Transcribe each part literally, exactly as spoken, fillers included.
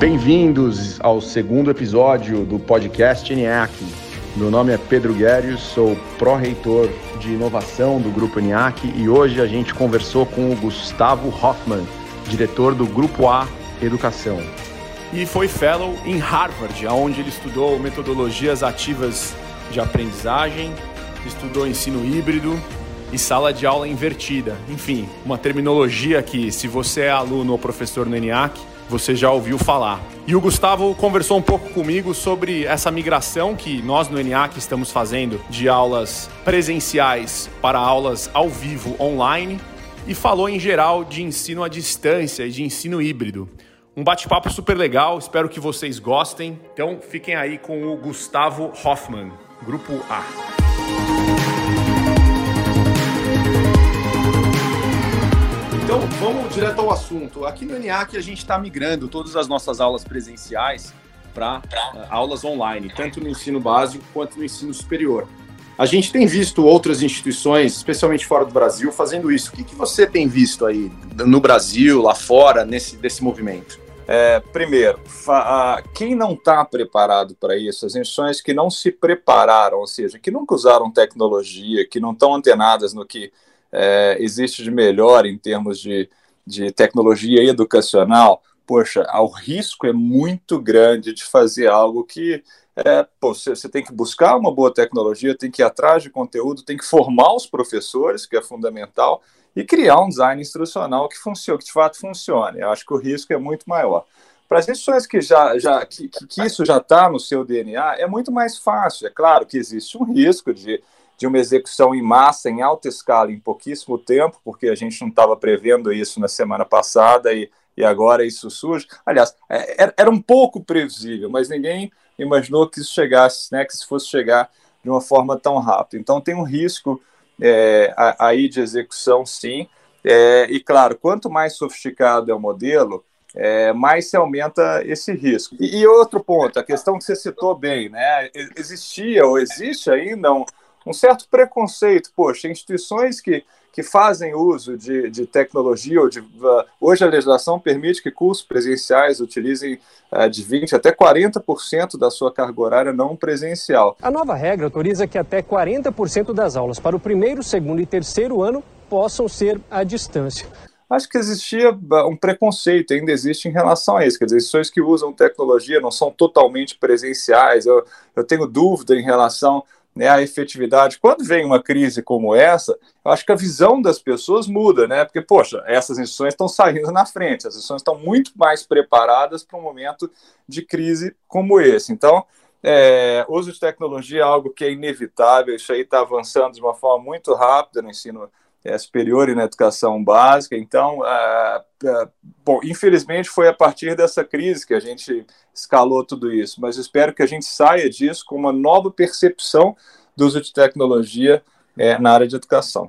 Bem-vindos ao segundo episódio do podcast ENIAC. Meu nome é Pedro Guérios, sou pró-reitor de inovação do Grupo ENIAC e hoje a gente conversou com o Gustavo Hoffman, diretor do Grupo A Educação. E foi fellow em Harvard, onde ele estudou metodologias ativas de aprendizagem, estudou ensino híbrido e sala de aula invertida. Enfim, uma terminologia que, se você é aluno ou professor no ENIAC, você já ouviu falar. E o Gustavo conversou um pouco comigo sobre essa migração que nós no ENIAC estamos fazendo de aulas presenciais para aulas ao vivo online e falou em geral de ensino à distância e de ensino híbrido. Um bate-papo super legal, espero que vocês gostem. Então fiquem aí com o Gustavo Hoffman, Grupo A. Então, vamos direto ao assunto. Aqui no ENIAC a gente está migrando todas as nossas aulas presenciais para uh, aulas online, tanto no ensino básico quanto no ensino superior. A gente tem visto outras instituições, especialmente fora do Brasil, fazendo isso. O que, que você tem visto aí no Brasil, lá fora, nesse desse movimento? É, primeiro, quem não está preparado para isso, as instituições que não se prepararam, ou seja, que nunca usaram tecnologia, que não estão antenadas no que É, existe de melhor em termos de, de tecnologia educacional, poxa, o risco é muito grande de fazer algo que é, pô, você, você tem que buscar uma boa tecnologia, tem que ir atrás de conteúdo, tem que formar os professores, que é fundamental, e criar um design instrucional que funcione, que de fato funcione. Eu acho que o risco é muito maior. Para as instituições que, já, já, que, que isso já está no seu D N A, é muito mais fácil. É claro que existe um risco de de uma execução em massa, em alta escala, em pouquíssimo tempo, porque a gente não estava prevendo isso na semana passada e, e agora isso surge. Aliás, é, era um pouco previsível, mas ninguém imaginou que isso chegasse, né, que isso fosse chegar de uma forma tão rápida. Então tem um risco é, aí de execução, sim, é, e claro, quanto mais sofisticado é o modelo, é, mais se aumenta esse risco. E, e outro ponto, a questão que você citou bem, né, existia ou existe ainda um um certo preconceito, poxa, instituições que, que fazem uso de, de tecnologia, ou de, uh, hoje a legislação permite que cursos presenciais utilizem uh, de vinte por cento até quarenta por cento da sua carga horária não presencial. A nova regra autoriza que até quarenta por cento das aulas para o primeiro, segundo e terceiro ano possam ser à distância. Acho que existia um preconceito, ainda existe em relação a isso, quer dizer, instituições que usam tecnologia não são totalmente presenciais, eu, eu tenho dúvida em relação, né, a efetividade. Quando vem uma crise como essa, eu acho que a visão das pessoas muda, né? Porque, poxa, essas instituições estão saindo na frente, as instituições estão muito mais preparadas para um momento de crise como esse. Então, é, uso de tecnologia é algo que é inevitável, isso aí está avançando de uma forma muito rápida no ensino é, superior e na educação básica. Então, é, é, bom, infelizmente foi a partir dessa crise que a gente escalou tudo isso, mas espero que a gente saia disso com uma nova percepção do uso de tecnologia é, na área de educação.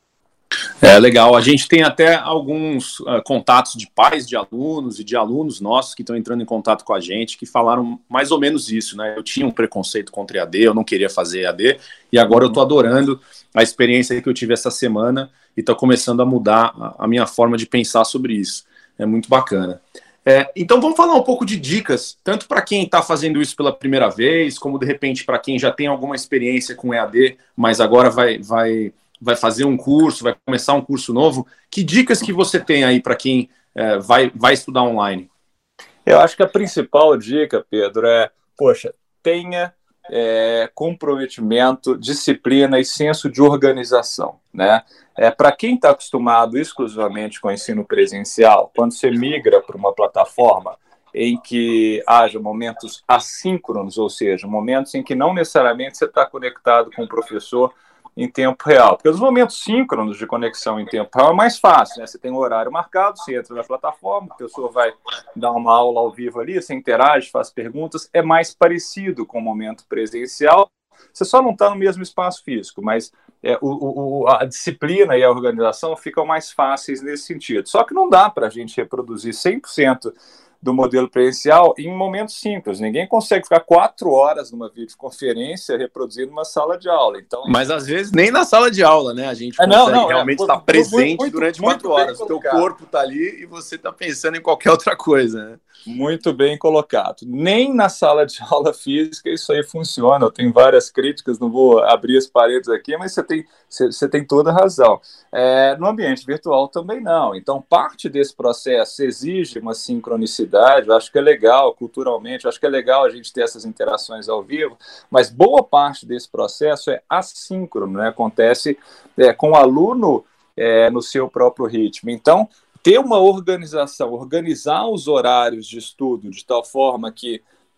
É legal, a gente tem até alguns uh, contatos de pais de alunos e de alunos nossos que estão entrando em contato com a gente, que falaram mais ou menos isso, né? Eu tinha um preconceito contra E A D, eu não queria fazer E A D, e agora eu estou adorando a experiência que eu tive essa semana e estou começando a mudar a, a minha forma de pensar sobre isso. É muito bacana. É, então vamos falar um pouco de dicas, tanto para quem está fazendo isso pela primeira vez, como de repente para quem já tem alguma experiência com E A D, mas agora vai, vai, vai fazer um curso, vai começar um curso novo. Que dicas que você tem aí para quem é, vai, vai estudar online? Eu acho que a principal dica, Pedro, é, poxa, tenha é, comprometimento, disciplina e senso de organização, né? É, para quem está acostumado exclusivamente com o ensino presencial, quando você migra para uma plataforma em que haja momentos assíncronos, ou seja, momentos em que não necessariamente você está conectado com o professor em tempo real. Porque os momentos síncronos de conexão em tempo real é mais fácil, né? Você tem um horário marcado, você entra na plataforma, a pessoa vai dar uma aula ao vivo ali, você interage, faz perguntas, é mais parecido com o momento presencial. Você só não está no mesmo espaço físico, mas é, o, o, a disciplina e a organização ficam mais fáceis nesse sentido. Só que não dá para a gente reproduzir cem por cento do modelo presencial em momentos simples. Ninguém consegue ficar quatro horas numa videoconferência reproduzindo uma sala de aula. Então, mas às vezes nem na sala de aula, né? A gente é, consegue não, não, realmente é, estar presente muito, durante muito quatro horas. O teu corpo está ali e você está pensando em qualquer outra coisa, né? Muito bem colocado. Nem na sala de aula física isso aí funciona. Eu tenho várias críticas, não vou abrir as paredes aqui, mas você tem, você, você tem toda a razão. É, no ambiente virtual também não. Então, parte desse processo exige uma sincronicidade. Eu acho que é legal, culturalmente, eu acho que é legal a gente ter essas interações ao vivo, mas boa parte desse processo é assíncrono, né? Acontece é, com o aluno é, no seu próprio ritmo. Então, ter uma organização, organizar os horários de estudo de tal forma que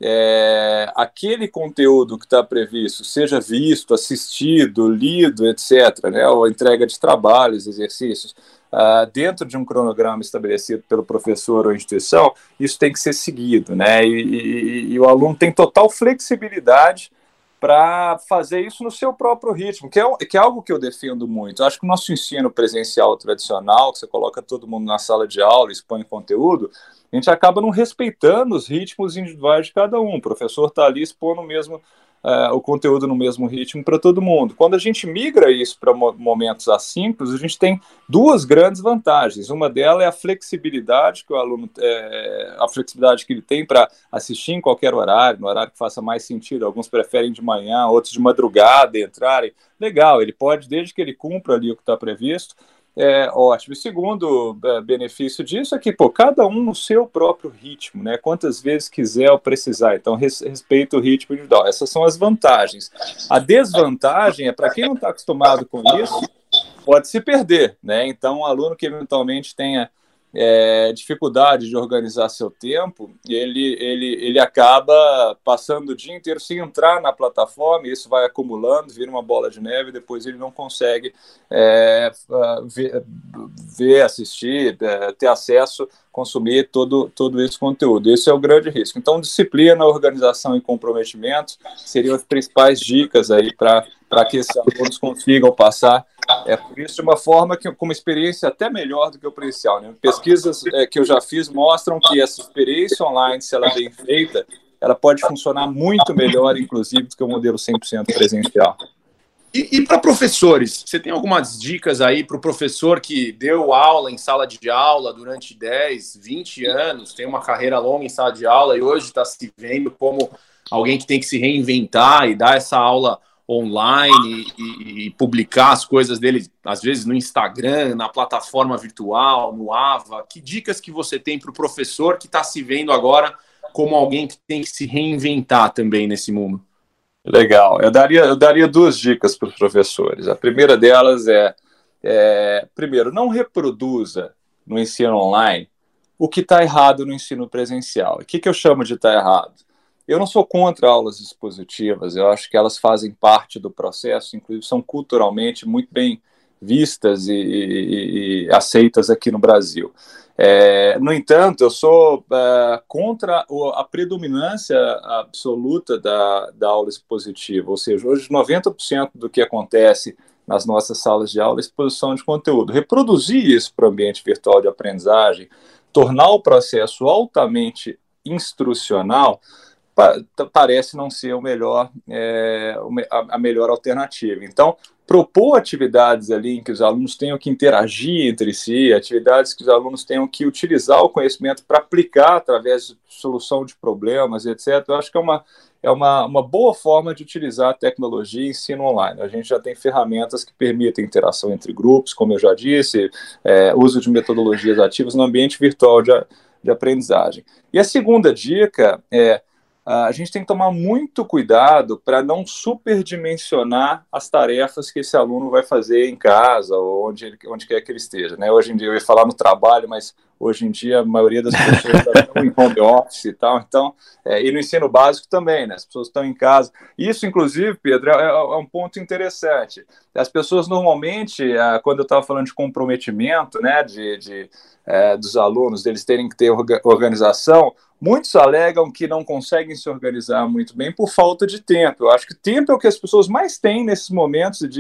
é, aquele conteúdo que está previsto seja visto, assistido, lido, etcétera, né, ou a entrega de trabalhos, exercícios, uh, dentro de um cronograma estabelecido pelo professor ou instituição, isso tem que ser seguido, né, e, e, e o aluno tem total flexibilidade para fazer isso no seu próprio ritmo, que é, que é algo que eu defendo muito. Eu acho que o nosso ensino presencial tradicional, que você coloca todo mundo na sala de aula, expõe conteúdo, a gente acaba não respeitando os ritmos individuais de cada um. O professor está ali expondo o mesmo Uh, o conteúdo no mesmo ritmo para todo mundo. Quando a gente migra isso para mo- momentos assíncronos, a gente tem duas grandes vantagens. Uma delas é a flexibilidade que o aluno, é, a flexibilidade que ele tem para assistir em qualquer horário, no horário que faça mais sentido. Alguns preferem de manhã, outros de madrugada entrarem. Legal, ele pode, desde que ele cumpra ali o que está previsto, é ótimo. E segundo é, benefício disso é que, pô, cada um no seu próprio ritmo, né? Quantas vezes quiser ou precisar. Então, res, respeita o ritmo individual. Essas são as vantagens. A desvantagem é, para quem não está acostumado com isso, pode se perder, né? Então, um aluno que eventualmente tenha é, dificuldade de organizar seu tempo, ele, ele, ele acaba passando o dia inteiro sem entrar na plataforma, e isso vai acumulando, vira uma bola de neve, e depois ele não consegue é, ver, ver, assistir, é, ter acesso, consumir todo, todo esse conteúdo. Esse é o grande risco. Então, disciplina, organização e comprometimento seriam as principais dicas aí para para que esses alunos consigam passar é, por isso de uma forma que, com uma experiência até melhor do que o presencial, né? Pesquisas é, que eu já fiz mostram que essa experiência online, se ela é bem feita, ela pode funcionar muito melhor, inclusive, do que o modelo cem por cento presencial. E, e para professores, você tem algumas dicas aí para o professor que deu aula em sala de aula durante dez, vinte anos, tem uma carreira longa em sala de aula e hoje está se vendo como alguém que tem que se reinventar e dar essa aula online e, e, e publicar as coisas dele, às vezes no Instagram, na plataforma virtual, no Ava. Que dicas que você tem para o professor que está se vendo agora como alguém que tem que se reinventar também nesse mundo? Legal. Eu daria, eu daria duas dicas para os professores. A primeira delas é, é, primeiro, não reproduza no ensino online o que está errado no ensino presencial. O que, que eu chamo de estar errado? Eu não sou contra aulas expositivas, eu acho que elas fazem parte do processo, inclusive são culturalmente muito bem vistas e, e, e aceitas aqui no Brasil. É, no entanto, eu sou é, contra a predominância absoluta da, da aula expositiva, ou seja, hoje noventa por cento do que acontece nas nossas salas de aula é exposição de conteúdo. Reproduzir isso para o ambiente virtual de aprendizagem, tornar o processo altamente instrucional, parece não ser o melhor, é, a melhor alternativa. Então, propor atividades ali em que os alunos tenham que interagir entre si, atividades que os alunos tenham que utilizar o conhecimento para aplicar através de solução de problemas, etcétera, eu acho que é uma, é uma, uma boa forma de utilizar a tecnologia e ensino online. A gente já tem ferramentas que permitem interação entre grupos, como eu já disse, é, uso de metodologias ativas no ambiente virtual de, de aprendizagem. E a segunda dica é a gente tem que tomar muito cuidado para não superdimensionar as tarefas que esse aluno vai fazer em casa ou onde, ele, onde quer que ele esteja, né? Hoje em dia, eu ia falar no trabalho, mas hoje em dia a maioria das pessoas estão em home office e tal, então, é, e no ensino básico também, né? As pessoas estão em casa. Isso, inclusive, Pedro, é, é um ponto interessante. As pessoas normalmente, quando eu estava falando de comprometimento, né, de, de, é, dos alunos, deles terem que ter organização, muitos alegam que não conseguem se organizar muito bem por falta de tempo. Eu acho que tempo é o que as pessoas mais têm nesses momentos de,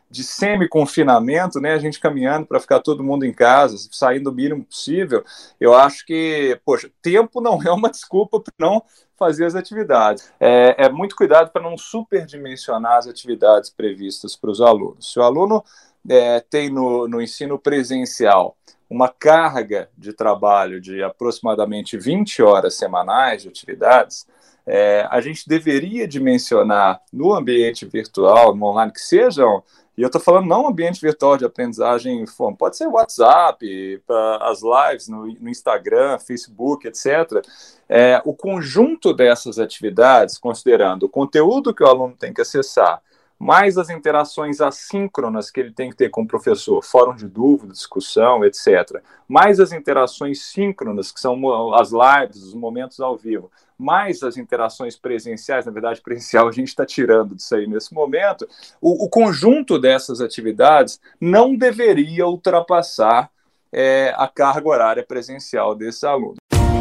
de semi-confinamento, né, a gente caminhando para ficar todo mundo em casa, saindo o mínimo possível, eu acho que, poxa, tempo não é uma desculpa para não fazer as atividades. É, é muito cuidado para não superdimensionar as atividades previstas para os alunos. Se o aluno é, tem no, no ensino presencial uma carga de trabalho de aproximadamente vinte horas semanais de atividades, é, a gente deveria dimensionar no ambiente virtual, no online, que sejam, e eu estou falando não ambiente virtual de aprendizagem, pode ser WhatsApp, as lives no, no Instagram, Facebook, etcétera. É, o conjunto dessas atividades, considerando o conteúdo que o aluno tem que acessar, mais as interações assíncronas que ele tem que ter com o professor, fórum de dúvida, discussão, etcétera, mais as interações síncronas, que são as lives, os momentos ao vivo, mais as interações presenciais, na verdade, presencial a gente está tirando disso aí nesse momento, o, o conjunto dessas atividades não deveria ultrapassar é, a carga horária presencial desses alunos.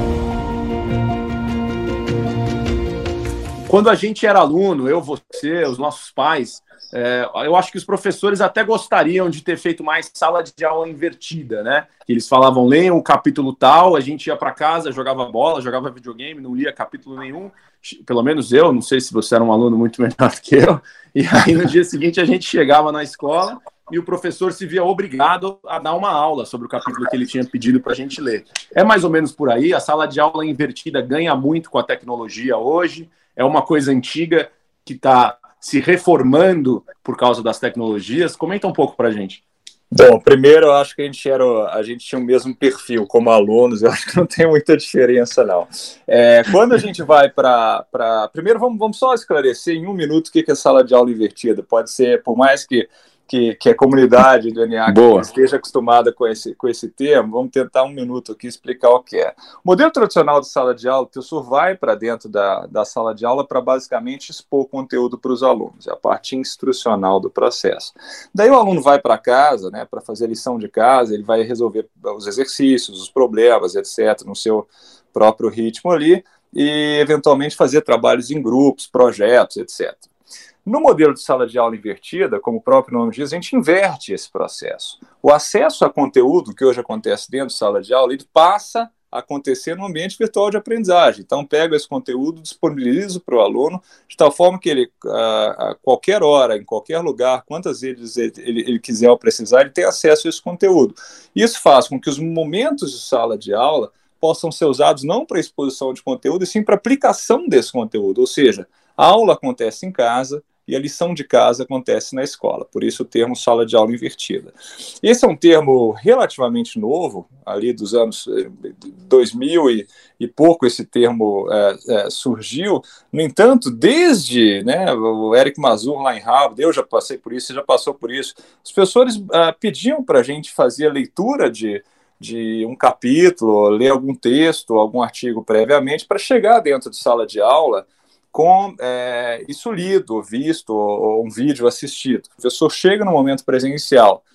Quando a gente era aluno, eu, você, os nossos pais, é, eu acho que os professores até gostariam de ter feito mais sala de aula invertida, né? Eles falavam, leiam o capítulo tal, a gente ia para casa, jogava bola, jogava videogame, não lia capítulo nenhum, pelo menos eu, não sei se você era um aluno muito melhor que eu, e aí no dia seguinte a gente chegava na escola e o professor se via obrigado a dar uma aula sobre o capítulo que ele tinha pedido para a gente ler. É mais ou menos por aí, a sala de aula invertida ganha muito com a tecnologia hoje, é uma coisa antiga que está se reformando por causa das tecnologias. Comenta um pouco para a gente. Bom, primeiro eu acho que a gente, era, a gente tinha o mesmo perfil como alunos, eu acho que não tem muita diferença, não. É, quando a gente vai para... Primeiro, vamos, vamos só esclarecer em um minuto o que é sala de aula invertida. Pode ser, por mais que Que, que a comunidade do N I A C esteja acostumada com esse, com esse termo, vamos tentar um minuto aqui explicar o que é. O modelo tradicional de sala de aula, o professor vai para dentro da, da sala de aula para basicamente expor conteúdo para os alunos, é a parte instrucional do processo. Daí o aluno vai para casa, né, para fazer a lição de casa, ele vai resolver os exercícios, os problemas, etcétera, no seu próprio ritmo ali, e eventualmente fazer trabalhos em grupos, projetos, etcétera. No modelo de sala de aula invertida, como o próprio nome diz, a gente inverte esse processo. O acesso a conteúdo, que hoje acontece dentro de sala de aula, ele passa a acontecer no ambiente virtual de aprendizagem. Então, pego esse conteúdo, disponibilizo para o aluno, de tal forma que ele, a, a qualquer hora, em qualquer lugar, quantas vezes ele, ele, ele quiser ou precisar, ele tem acesso a esse conteúdo. Isso faz com que os momentos de sala de aula possam ser usados não para exposição de conteúdo, e sim para aplicação desse conteúdo. Ou seja, a aula acontece em casa, e a lição de casa acontece na escola, por isso o termo sala de aula invertida. Esse é um termo relativamente novo, ali dos anos dois mil e, e pouco esse termo é, é, surgiu. No entanto, desde, né, o Eric Mazur lá em Harvard, eu já passei por isso, você já passou por isso, os professores uh, pediam para a gente fazer a leitura de, de um capítulo, ler algum texto, algum artigo previamente, para chegar dentro de sala de aula com é, isso lido, visto, ou, ou um vídeo assistido. O professor chega no momento presencial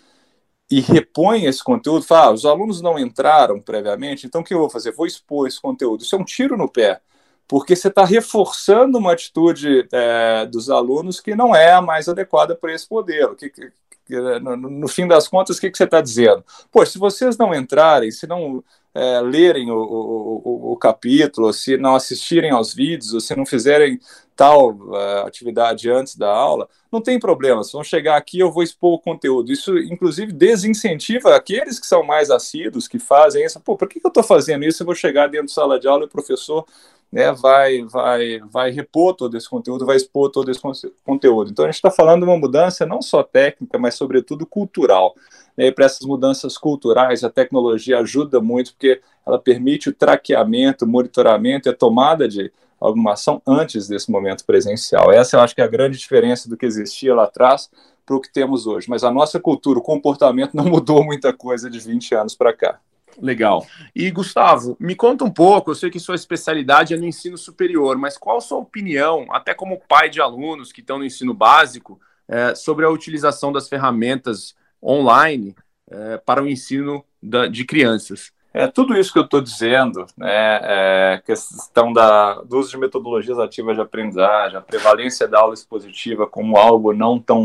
e repõe esse conteúdo, fala, ah, os alunos não entraram previamente, então o que eu vou fazer? Vou expor esse conteúdo. Isso é um tiro no pé, porque você está reforçando uma atitude é, dos alunos que não é a mais adequada para esse modelo. Que, que, que, no, no fim das contas, o que, que você está dizendo? Pô, se vocês não entrarem, se não... É, lerem o, o, o, o capítulo, se não assistirem aos vídeos, ou se não fizerem tal uh, atividade antes da aula, não tem problema, se vão chegar aqui eu vou expor o conteúdo. Isso, inclusive, desincentiva aqueles que são mais assíduos, que fazem isso. Pô, por que, que eu estou fazendo isso? Eu vou chegar dentro da sala de aula e o professor, né, vai, vai, vai repor todo esse conteúdo, vai expor todo esse conteúdo. Então, a gente está falando de uma mudança não só técnica, mas, sobretudo, cultural. E para essas mudanças culturais, a tecnologia ajuda muito, porque ela permite o traqueamento, o monitoramento e a tomada de alguma ação antes desse momento presencial. Essa eu acho que é a grande diferença do que existia lá atrás para o que temos hoje. Mas a nossa cultura, o comportamento não mudou muita coisa de vinte anos para cá. Legal. E, Gustavo, me conta um pouco, eu sei que sua especialidade é no ensino superior, mas qual a sua opinião, até como pai de alunos que estão no ensino básico, é, sobre a utilização das ferramentas online é, para o ensino da, de crianças? É, tudo isso que eu estou dizendo, né, é, questão da, do uso de metodologias ativas de aprendizagem, a prevalência da aula expositiva como algo não tão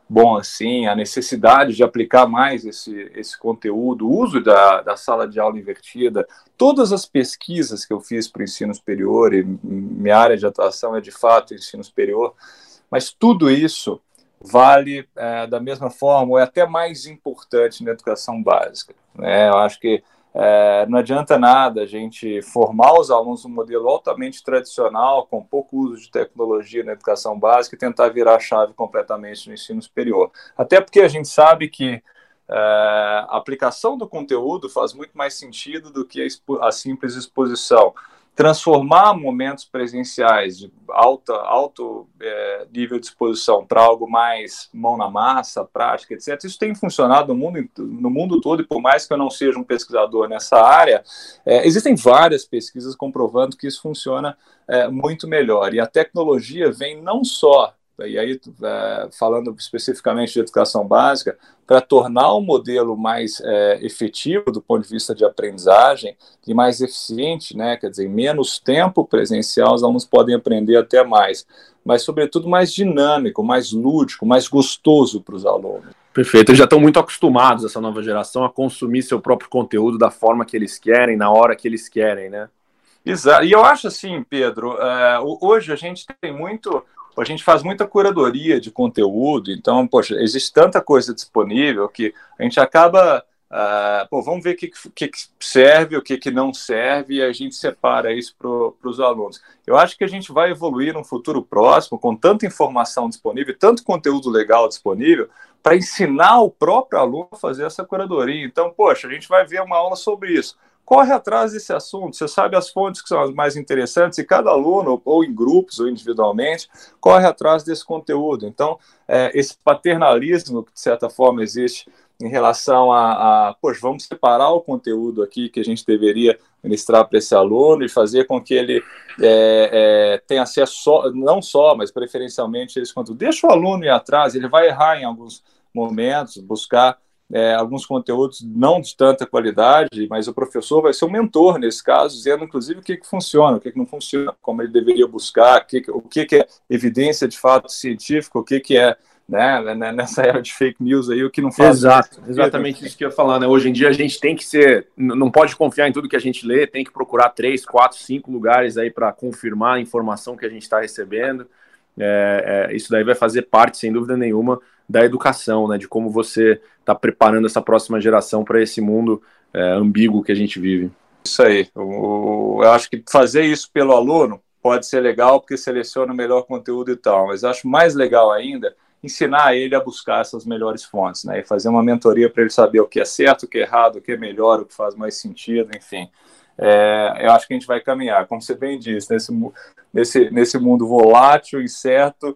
bom assim, a necessidade de aplicar mais esse, esse conteúdo, o uso da, da sala de aula invertida, todas as pesquisas que eu fiz para o ensino superior, e minha área de atuação é de fato ensino superior, mas tudo isso vale é, da mesma forma, ou é até mais importante na educação básica, né? Eu acho que é, não adianta nada a gente formar os alunos num modelo altamente tradicional, com pouco uso de tecnologia na educação básica, e tentar virar a chave completamente no ensino superior. Até porque a gente sabe que é, a aplicação do conteúdo faz muito mais sentido do que a, expo- a simples exposição. Transformar momentos presenciais de alta, alto é, nível de exposição para algo mais mão na massa, prática, etcétera. Isso tem funcionado no mundo, no mundo todo, e por mais que eu não seja um pesquisador nessa área, é, existem várias pesquisas comprovando que isso funciona é, muito melhor. E a tecnologia vem não só, e aí é, falando especificamente de educação básica, para tornar o modelo mais é, efetivo do ponto de vista de aprendizagem e mais eficiente, né? Quer dizer, em menos tempo presencial, os alunos podem aprender até mais, mas, sobretudo, mais dinâmico, mais lúdico, mais gostoso para os alunos. Perfeito, eles já estão muito acostumados, essa nova geração, a consumir seu próprio conteúdo da forma que eles querem, na hora que eles querem, né? Exato, e eu acho assim, Pedro, uh, hoje a gente tem muito... A gente faz muita curadoria de conteúdo, então, poxa, existe tanta coisa disponível que a gente acaba, uh, pô, vamos ver o que, que, que serve, o que, que não serve, e a gente separa isso para os alunos. Eu acho que a gente vai evoluir num futuro próximo, com tanta informação disponível, tanto conteúdo legal disponível, para ensinar o próprio aluno a fazer essa curadoria. Então, poxa, a gente vai ver uma aula sobre isso. Corre atrás desse assunto, você sabe as fontes que são as mais interessantes, e cada aluno, ou em grupos, ou individualmente, corre atrás desse conteúdo. Então, é, esse paternalismo que, de certa forma, existe em relação a, a, poxa, vamos separar o conteúdo aqui que a gente deveria ministrar para esse aluno e fazer com que ele é, é, tenha acesso, só, não só, mas preferencialmente a esse conteúdo. Deixa o aluno ir atrás, ele vai errar em alguns momentos, buscar É, alguns conteúdos não de tanta qualidade, mas o professor vai ser um mentor nesse caso, dizendo inclusive o que, que funciona, o que, que não funciona, como ele deveria buscar, o que, o que, que é evidência de fato científica, o que, que é, né, nessa era de fake news aí, o que não faz. Exato, exatamente isso que eu ia falar, né? Hoje em dia a gente tem que ser, não pode confiar em tudo que a gente lê, tem que procurar três, quatro, cinco lugares aí para confirmar a informação que a gente está recebendo. É, é, isso daí vai fazer parte, sem dúvida nenhuma, da educação, né, de como você está preparando essa próxima geração para esse mundo é, ambíguo que a gente vive. Isso aí, eu, eu acho que fazer isso pelo aluno pode ser legal, porque seleciona o melhor conteúdo e tal, mas acho mais legal ainda ensinar ele a buscar essas melhores fontes, né, e fazer uma mentoria para ele saber o que é certo, o que é errado, o que é melhor, o que faz mais sentido, enfim. É, eu acho que a gente vai caminhar, como você bem disse, nesse, nesse, nesse mundo volátil, incerto,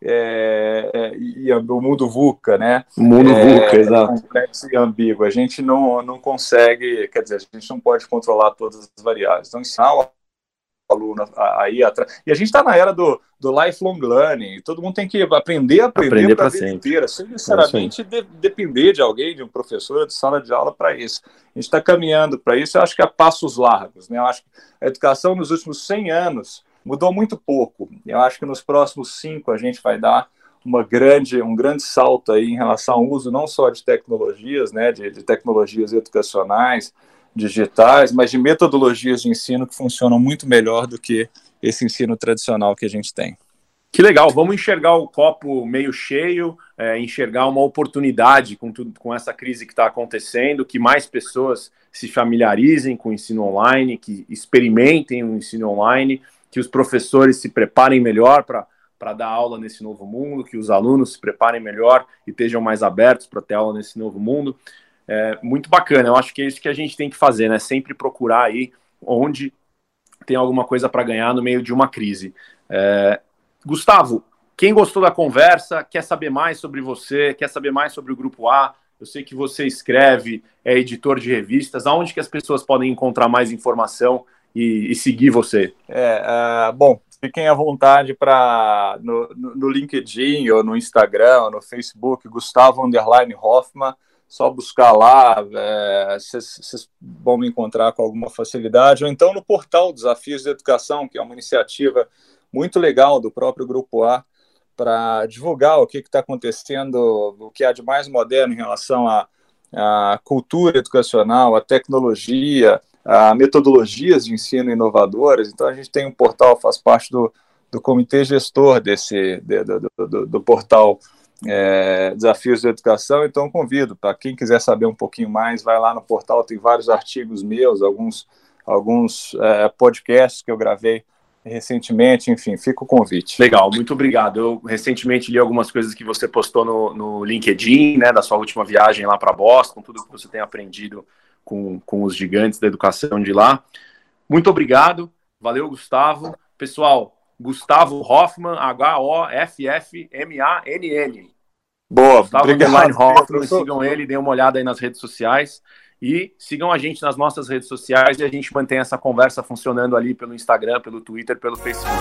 é, é, e, e o mundo VUCA, né? O mundo é, VUCA, exato. Complexo e ambíguo. A gente não, não consegue, quer dizer, a gente não pode controlar todas as variáveis. Então, ensinar o aluno aí atrás. E a gente está na era do, do lifelong learning, todo mundo tem que aprender a aprender, aprender para a vida inteira, sem necessariamente é de, depender de alguém, de um professor, de sala de aula para isso. A gente está caminhando para isso, eu acho que a passos largos, né? Eu acho que a educação nos últimos cem anos mudou muito pouco. Eu acho que nos próximos cinco a gente vai dar uma grande, um grande salto aí em relação ao uso não só de tecnologias, né, de, de tecnologias educacionais, digitais, mas de metodologias de ensino que funcionam muito melhor do que esse ensino tradicional que a gente tem. Que legal, vamos enxergar o copo meio cheio, é, enxergar uma oportunidade com, tudo, com essa crise que está acontecendo, que mais pessoas se familiarizem com o ensino online, que experimentem o ensino online, que os professores se preparem melhor para dar aula nesse novo mundo, que os alunos se preparem melhor e estejam mais abertos para ter aula nesse novo mundo. É muito bacana, eu acho que é isso que a gente tem que fazer, né? Sempre procurar aí onde tem alguma coisa para ganhar no meio de uma crise. É... Gustavo, quem gostou da conversa, quer saber mais sobre você, quer saber mais sobre o Grupo A, eu sei que você escreve, é editor de revistas, aonde que as pessoas podem encontrar mais informação e, e seguir você? É, uh, bom, fiquem à vontade para no, no, no LinkedIn, ou no Instagram, ou no Facebook, Gustavo Underline Hoffman, só buscar lá, vocês é, vão me encontrar com alguma facilidade, ou então no portal Desafios de Educação, que é uma iniciativa muito legal do próprio Grupo A, para divulgar o que está acontecendo, o que há de mais moderno em relação à, à cultura educacional, à tecnologia, a metodologias de ensino inovadoras. Então, a gente tem um portal, faz parte do, do comitê gestor desse, de, do, do, do portal é, Desafios da Educação. Então, convido, para quem quiser saber um pouquinho mais, vai lá no portal, tem vários artigos meus, alguns, alguns é, podcasts que eu gravei recentemente, enfim, fica o convite. Legal, muito obrigado. Eu recentemente li algumas coisas que você postou no, no LinkedIn, né, da sua última viagem lá para Boston, tudo que você tem aprendido com, com os gigantes da educação de lá. Muito obrigado, valeu, Gustavo. Pessoal, Gustavo Hoffmann, H O F F M A N N. Boa, Gustavo obrigado. Hoffmann, sigam ele, deem uma olhada aí nas redes sociais. E sigam a gente nas nossas redes sociais e a gente mantém essa conversa funcionando ali pelo Instagram, pelo Twitter, pelo Facebook.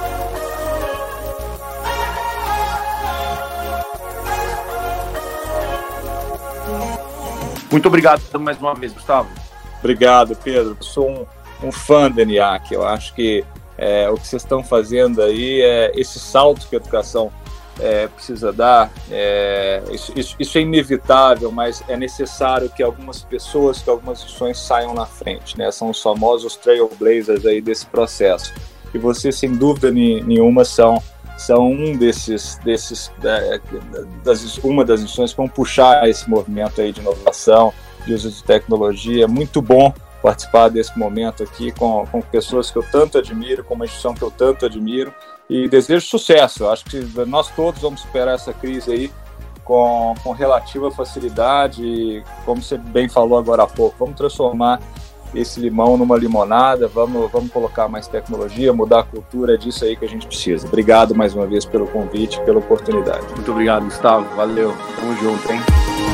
Muito obrigado mais uma vez, Gustavo. Obrigado, Pedro. Eu sou um, um fã do ENIAC. Eu acho que é, o que vocês estão fazendo aí é esse salto que a educação É, precisa dar, é, isso, isso, isso é inevitável, mas é necessário que algumas pessoas, que algumas instituições saiam na frente, né? São os famosos trailblazers aí desse processo, e vocês, sem dúvida nenhuma, são, são um desses, desses é, das, uma das instituições que vão puxar esse movimento aí de inovação, de uso de tecnologia. É muito bom participar desse momento aqui com, com pessoas que eu tanto admiro, com uma instituição que eu tanto admiro, e desejo sucesso. Eu acho que nós todos vamos superar essa crise aí com, com relativa facilidade, e, como você bem falou agora há pouco, vamos transformar esse limão numa limonada, vamos, vamos colocar mais tecnologia, mudar a cultura, é disso aí que a gente precisa. Obrigado mais uma vez pelo convite, pela oportunidade. Muito obrigado, Gustavo. Valeu. Tamo junto, hein?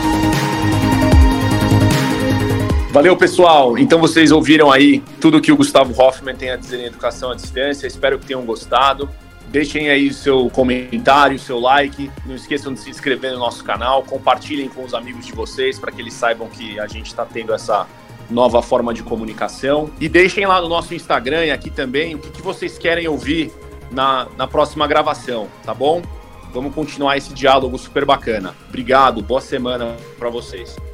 Valeu, pessoal. Então vocês ouviram aí tudo que o Gustavo Hoffmann tem a dizer em educação à distância. Espero que tenham gostado. Deixem aí o seu comentário, o seu like. Não esqueçam de se inscrever no nosso canal. Compartilhem com os amigos de vocês para que eles saibam que a gente está tendo essa nova forma de comunicação. E deixem lá no nosso Instagram e aqui também o que, que vocês querem ouvir na, na próxima gravação, tá bom? Vamos continuar esse diálogo super bacana. Obrigado, boa semana para vocês.